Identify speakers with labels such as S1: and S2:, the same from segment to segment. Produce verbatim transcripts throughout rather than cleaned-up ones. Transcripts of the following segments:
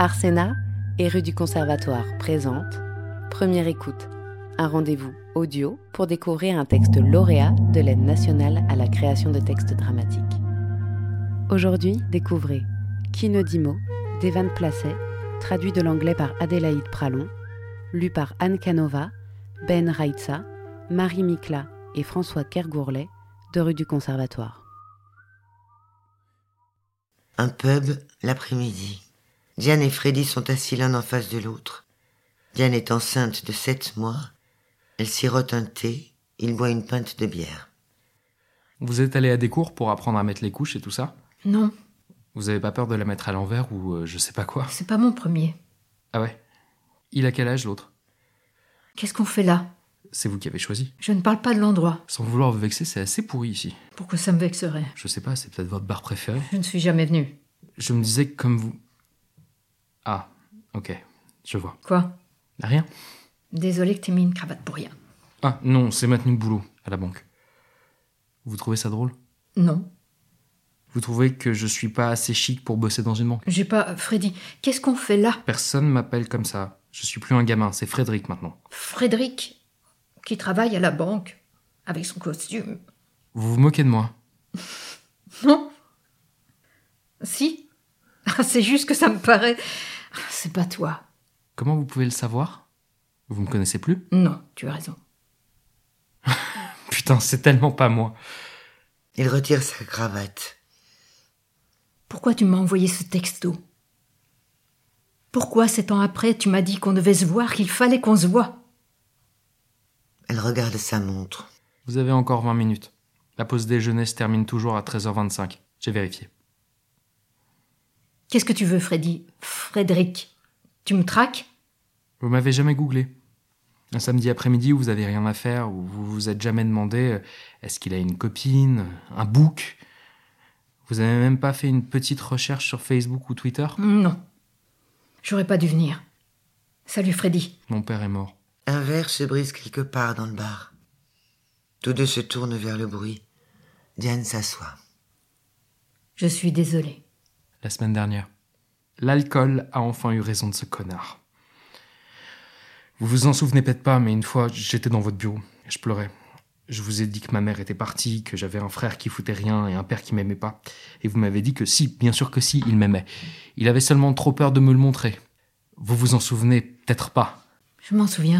S1: Arsena et rue du Conservatoire présente Première écoute, un rendez-vous audio pour découvrir un texte lauréat de l'aide nationale à la création de textes dramatiques. Aujourd'hui, découvrez Qui ne dit mot d'Evan Placet, traduit de l'anglais par Adélaïde Pralon, lu par Anne Canova, Ben Raitsa, Marie Mikla et François Kergourlet de rue du Conservatoire.
S2: Un pub, l'après-midi. Diane et Freddy sont assis l'un en face de l'autre. Diane est enceinte de sept mois. Elle sirote un thé, il boit une pinte de bière.
S3: Vous êtes allé à des cours pour apprendre à mettre les couches et tout ça ?
S4: Non.
S3: Vous avez pas peur de la mettre à l'envers ou euh, je sais pas quoi ?
S4: C'est pas mon premier.
S3: Ah ouais ? Il a quel âge l'autre ?
S4: Qu'est-ce qu'on fait là ?
S3: C'est vous qui avez choisi.
S4: Je ne parle pas de l'endroit.
S3: Sans vouloir vous vexer, c'est assez pourri ici.
S4: Pourquoi ça me vexerait ?
S3: Je sais pas, c'est peut-être votre bar préféré.
S4: Je ne suis jamais venue.
S3: Je me disais que comme vous... Ah, ok, je vois.
S4: Quoi ?
S3: Rien ?
S4: Désolée que t'aies mis une cravate pour rien.
S3: Ah non, c'est maintenu le boulot, à la banque. Vous trouvez ça drôle ?
S4: Non.
S3: Vous trouvez que je suis pas assez chic pour bosser dans une banque ?
S4: J'ai pas... Freddy, qu'est-ce qu'on fait là ?
S3: Personne m'appelle comme ça. Je suis plus un gamin, c'est Frédéric maintenant.
S4: Frédéric, qui travaille à la banque, avec son costume.
S3: Vous vous moquez de moi ?
S4: Non. Si. C'est juste que ça me paraît... C'est pas toi.
S3: Comment vous pouvez le savoir ? Vous me connaissez plus ?
S4: Non, tu as raison.
S3: Putain, c'est tellement pas moi.
S2: Il retire sa cravate.
S4: Pourquoi tu m'as envoyé ce texto ? Pourquoi, sept ans après, tu m'as dit qu'on devait se voir, qu'il fallait qu'on se voie ?
S2: Elle regarde sa montre.
S3: Vous avez encore vingt minutes. La pause déjeuner se termine toujours à treize heures vingt-cinq. J'ai vérifié.
S4: Qu'est-ce que tu veux, Freddy ? Frédéric, tu me traques ?
S3: Vous m'avez jamais googlé. Un samedi après-midi où vous avez rien à faire, où vous vous êtes jamais demandé euh, est-ce qu'il a une copine, un book ? Vous avez même pas fait une petite recherche sur Facebook ou Twitter ?
S4: Non. J'aurais pas dû venir. Salut, Freddy.
S3: Mon père est mort.
S2: Un verre se brise quelque part dans le bar. Tous deux se tournent vers le bruit. Diane s'assoit.
S4: Je suis désolée.
S3: La semaine dernière. L'alcool a enfin eu raison de ce connard. Vous vous en souvenez peut-être pas, mais une fois, j'étais dans votre bureau. Je pleurais. Je vous ai dit que ma mère était partie, que j'avais un frère qui foutait rien et un père qui m'aimait pas. Et vous m'avez dit que si, bien sûr que si, il m'aimait. Il avait seulement trop peur de me le montrer. Vous vous en souvenez peut-être pas.
S4: Je m'en souviens.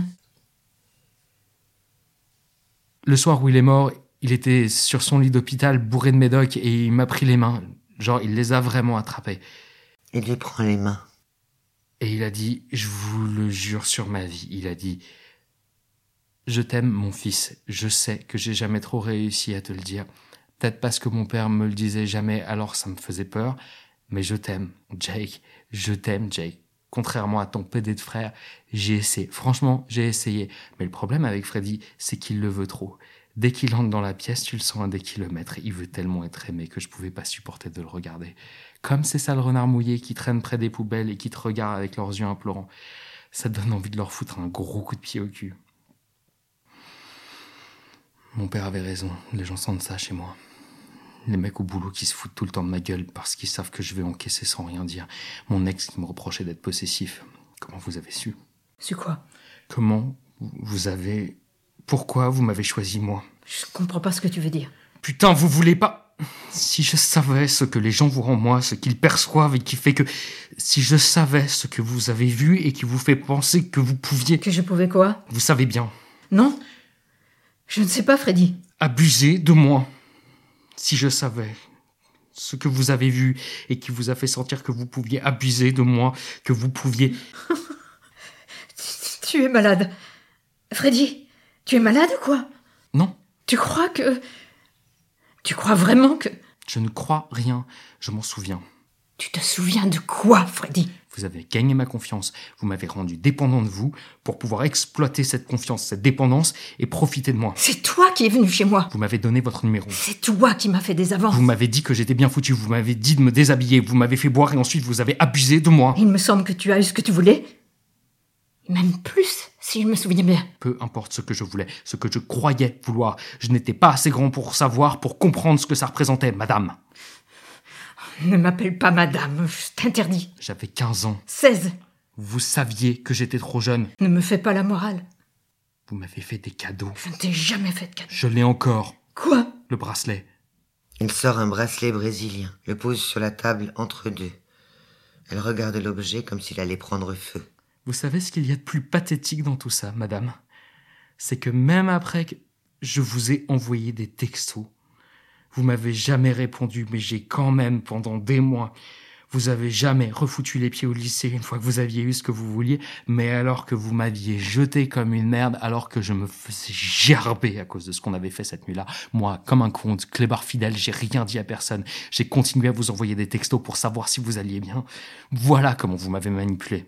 S3: Le soir où il est mort, il était sur son lit d'hôpital bourré de médocs et il m'a pris les mains. Genre, il les a vraiment attrapées.
S2: Il lui prend les mains.
S3: Et il a dit, je vous le jure sur ma vie, il a dit... Je t'aime, mon fils. Je sais que j'ai jamais trop réussi à te le dire. Peut-être parce que mon père me le disait jamais, alors ça me faisait peur. Mais je t'aime, Jake. Je t'aime, Jake. Contrairement à ton pédé de frère, j'ai essayé. Franchement, j'ai essayé. Mais le problème avec Freddy, c'est qu'il le veut trop. Dès qu'il entre dans la pièce, tu le sens à des kilomètres. Il veut tellement être aimé que je pouvais pas supporter de le regarder. Comme ces sales renards mouillés qui traînent près des poubelles et qui te regardent avec leurs yeux implorants. Ça te donne envie de leur foutre un gros coup de pied au cul. Mon père avait raison, les gens sentent ça chez moi. Les mecs au boulot qui se foutent tout le temps de ma gueule parce qu'ils savent que je vais encaisser sans rien dire. Mon ex qui me reprochait d'être possessif. Comment vous avez su ?
S4: C'est quoi ?
S3: Comment vous avez... Pourquoi vous m'avez choisi, moi ?
S4: Je comprends pas ce que tu veux dire.
S3: Putain, vous voulez pas... Si je savais ce que les gens voient en moi, ce qu'ils perçoivent et qui fait que... Si je savais ce que vous avez vu et qui vous fait penser que vous pouviez...
S4: Que je pouvais quoi ?
S3: Vous savez bien.
S4: Non ? Je ne sais pas, Freddy.
S3: Abuser de moi. Si je savais ce que vous avez vu et qui vous a fait sentir que vous pouviez abuser de moi, que vous pouviez...
S4: Tu es malade. Freddy, tu es malade ou quoi ?
S3: Non.
S4: Tu crois que... Tu crois vraiment que...
S3: Je ne crois rien, je m'en souviens.
S4: Tu te souviens de quoi, Freddy ?
S3: Vous avez gagné ma confiance, vous m'avez rendu dépendant de vous pour pouvoir exploiter cette confiance, cette dépendance et profiter de moi.
S4: C'est toi qui es venu chez moi.
S3: Vous m'avez donné votre numéro.
S4: C'est toi qui m'as fait des avances.
S3: Vous m'avez dit que j'étais bien foutu, vous m'avez dit de me déshabiller, vous m'avez fait boire et ensuite vous avez abusé de moi.
S4: Il me semble que tu as eu ce que tu voulais. Même plus, si je me souviens bien.
S3: Peu importe ce que je voulais, ce que je croyais vouloir. Je n'étais pas assez grand pour savoir, pour comprendre ce que ça représentait, madame.
S4: Ne m'appelle pas madame, je t'interdis.
S3: J'avais quinze ans.
S4: seize.
S3: Vous saviez que j'étais trop jeune.
S4: Ne me fais pas la morale.
S3: Vous m'avez fait des cadeaux.
S4: Je ne t'ai jamais fait de cadeau.
S3: Je l'ai encore.
S4: Quoi?
S3: Le bracelet.
S2: Il sort un bracelet brésilien, le pose sur la table entre deux. Elle regarde l'objet comme s'il allait prendre feu.
S3: Vous savez ce qu'il y a de plus pathétique dans tout ça, madame? C'est que même après que je vous ai envoyé des textos, vous m'avez jamais répondu, mais j'ai quand même, pendant des mois, vous avez jamais refoutu les pieds au lycée une fois que vous aviez eu ce que vous vouliez, mais alors que vous m'aviez jeté comme une merde, alors que je me faisais gerber à cause de ce qu'on avait fait cette nuit-là. Moi, comme un con, clébard fidèle, j'ai rien dit à personne. J'ai continué à vous envoyer des textos pour savoir si vous alliez bien. Voilà comment vous m'avez manipulé.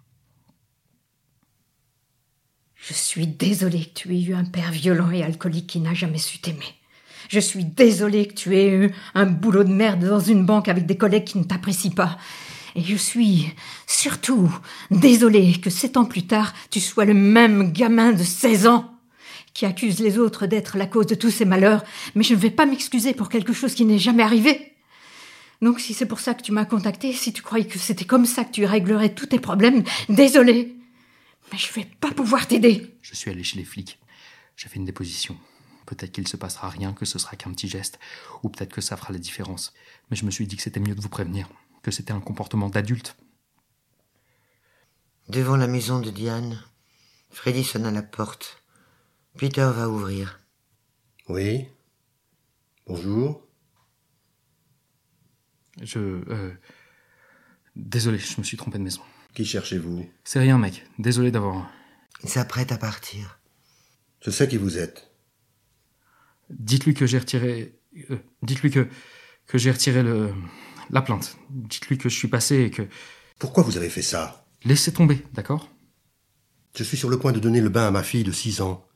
S4: Je suis désolée que tu aies eu un père violent et alcoolique qui n'a jamais su t'aimer. Je suis désolée que tu aies eu un boulot de merde dans une banque avec des collègues qui ne t'apprécient pas. Et je suis surtout désolée que sept ans plus tard, tu sois le même gamin de seize ans qui accuse les autres d'être la cause de tous ces malheurs. Mais je ne vais pas m'excuser pour quelque chose qui n'est jamais arrivé. Donc si c'est pour ça que tu m'as contactée, si tu croyais que c'était comme ça que tu réglerais tous tes problèmes, désolée. Mais je vais pas pouvoir t'aider.
S3: Je suis allé chez les flics. J'ai fait une déposition. Peut-être qu'il se passera rien, que ce sera qu'un petit geste, ou peut-être que ça fera la différence. Mais je me suis dit que c'était mieux de vous prévenir, que c'était un comportement d'adulte.
S2: Devant la maison de Diane, Freddy sonne à la porte. Peter va ouvrir.
S5: Oui. Bonjour.
S3: Je... Euh... Désolé, je me suis trompé de maison.
S5: Qui cherchez-vous?
S3: C'est rien, mec. Désolé d'avoir...
S2: Il s'apprête à partir.
S5: Je sais qui vous êtes.
S3: Dites-lui que j'ai retiré... Euh, dites-lui que, que j'ai retiré le... la plainte. Dites-lui que je suis passé et que...
S5: Pourquoi vous avez fait ça?
S3: Laissez tomber, d'accord?
S5: Je suis sur le point de donner le bain à ma fille de six ans.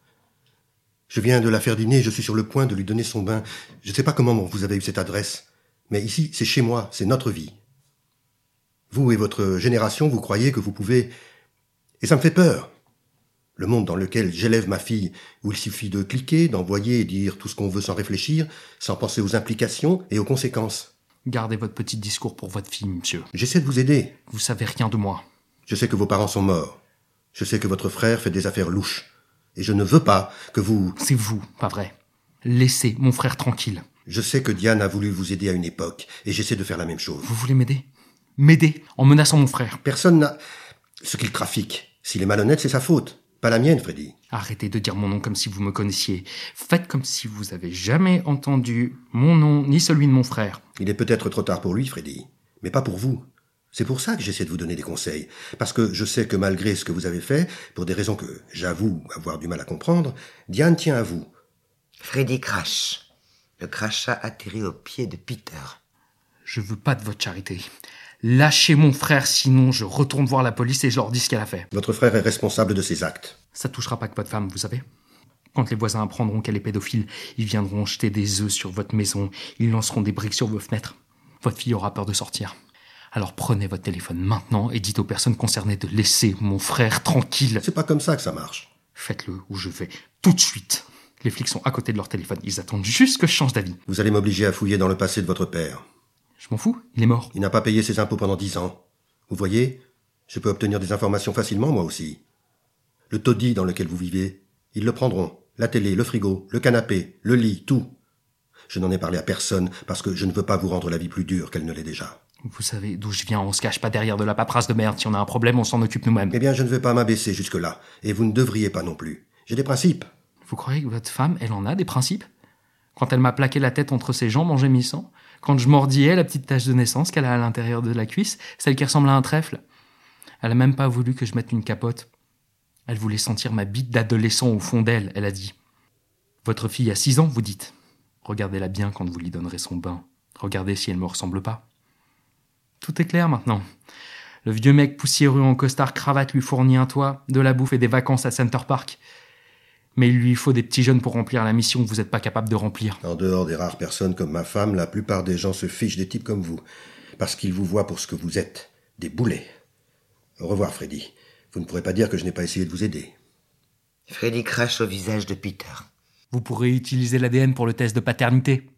S5: Je viens de la faire dîner et je suis sur le point de lui donner son bain. Je ne sais pas comment vous avez eu cette adresse, mais ici, c'est chez moi, c'est notre vie. Vous et votre génération, vous croyez que vous pouvez... Et ça me fait peur. Le monde dans lequel j'élève ma fille, où il suffit de cliquer, d'envoyer et dire tout ce qu'on veut sans réfléchir, sans penser aux implications et aux conséquences.
S3: Gardez votre petit discours pour votre fille, monsieur.
S5: J'essaie de vous aider.
S3: Vous savez rien de moi.
S5: Je sais que vos parents sont morts. Je sais que votre frère fait des affaires louches. Et je ne veux pas que vous...
S3: C'est vous, pas vrai. Laissez mon frère tranquille.
S5: Je sais que Diane a voulu vous aider à une époque, et j'essaie de faire la même chose.
S3: Vous voulez m'aider? M'aider en menaçant mon frère?
S5: Personne n'a... ce qu'il trafique. S'il est malhonnête, c'est sa faute. Pas la mienne, Freddy.
S3: Arrêtez de dire mon nom comme si vous me connaissiez. Faites comme si vous avez jamais entendu mon nom ni celui de mon frère.
S5: Il est peut-être trop tard pour lui, Freddy, mais pas pour vous. C'est pour ça que j'essaie de vous donner des conseils. Parce que je sais que malgré ce que vous avez fait, pour des raisons que j'avoue avoir du mal à comprendre, Diane tient à vous.
S2: Freddy crache. Le crachat atterrit aux pieds de Peter.
S3: Je veux pas de votre charité. Lâchez mon frère, sinon je retourne voir la police et je leur dis ce qu'elle a fait.
S5: Votre frère est responsable de ses actes.
S3: Ça touchera pas que votre femme, vous savez. Quand les voisins apprendront qu'elle est pédophile, ils viendront jeter des œufs sur votre maison, ils lanceront des briques sur vos fenêtres. Votre fille aura peur de sortir. Alors prenez votre téléphone maintenant et dites aux personnes concernées de laisser mon frère tranquille.
S5: C'est pas comme ça que ça marche.
S3: Faites-le ou je vais tout de suite. Les flics sont à côté de leur téléphone, ils attendent juste que je change d'avis.
S5: Vous allez m'obliger à fouiller dans le passé de votre père.
S3: Je m'en fous, il est mort.
S5: Il n'a pas payé ses impôts pendant dix ans. Vous voyez, je peux obtenir des informations facilement, moi aussi. Le taudis dans lequel vous vivez, ils le prendront. La télé, le frigo, le canapé, le lit, tout. Je n'en ai parlé à personne parce que je ne veux pas vous rendre la vie plus dure qu'elle ne l'est déjà.
S3: Vous savez d'où je viens, on se cache pas derrière de la paperasse de merde. Si on a un problème, on s'en occupe nous-mêmes.
S5: Eh bien, je ne vais pas m'abaisser jusque-là. Et vous ne devriez pas non plus. J'ai des principes.
S3: Vous croyez que votre femme, elle en a des principes? Quand elle m'a plaqué la tête entre ses jambes en gémissant, quand je mordillais la petite tache de naissance qu'elle a à l'intérieur de la cuisse, celle qui ressemble à un trèfle. Elle a même pas voulu que je mette une capote. Elle voulait sentir ma bite d'adolescent au fond d'elle, elle a dit. Votre fille a six ans, vous dites. Regardez-la bien quand vous lui donnerez son bain. Regardez si elle me ressemble pas. Tout est clair maintenant. Le vieux mec poussiéreux en costard cravate lui fournit un toit, de la bouffe et des vacances à Center Park. Mais il lui faut des petits jeunes pour remplir la mission que vous n'êtes pas capable de remplir.
S5: En dehors des rares personnes comme ma femme, la plupart des gens se fichent des types comme vous. Parce qu'ils vous voient pour ce que vous êtes. Des boulets. Au revoir, Freddy. Vous ne pourrez pas dire que je n'ai pas essayé de vous aider.
S2: Freddy crache au visage de Peter.
S3: Vous pourrez utiliser l'A D N pour le test de paternité.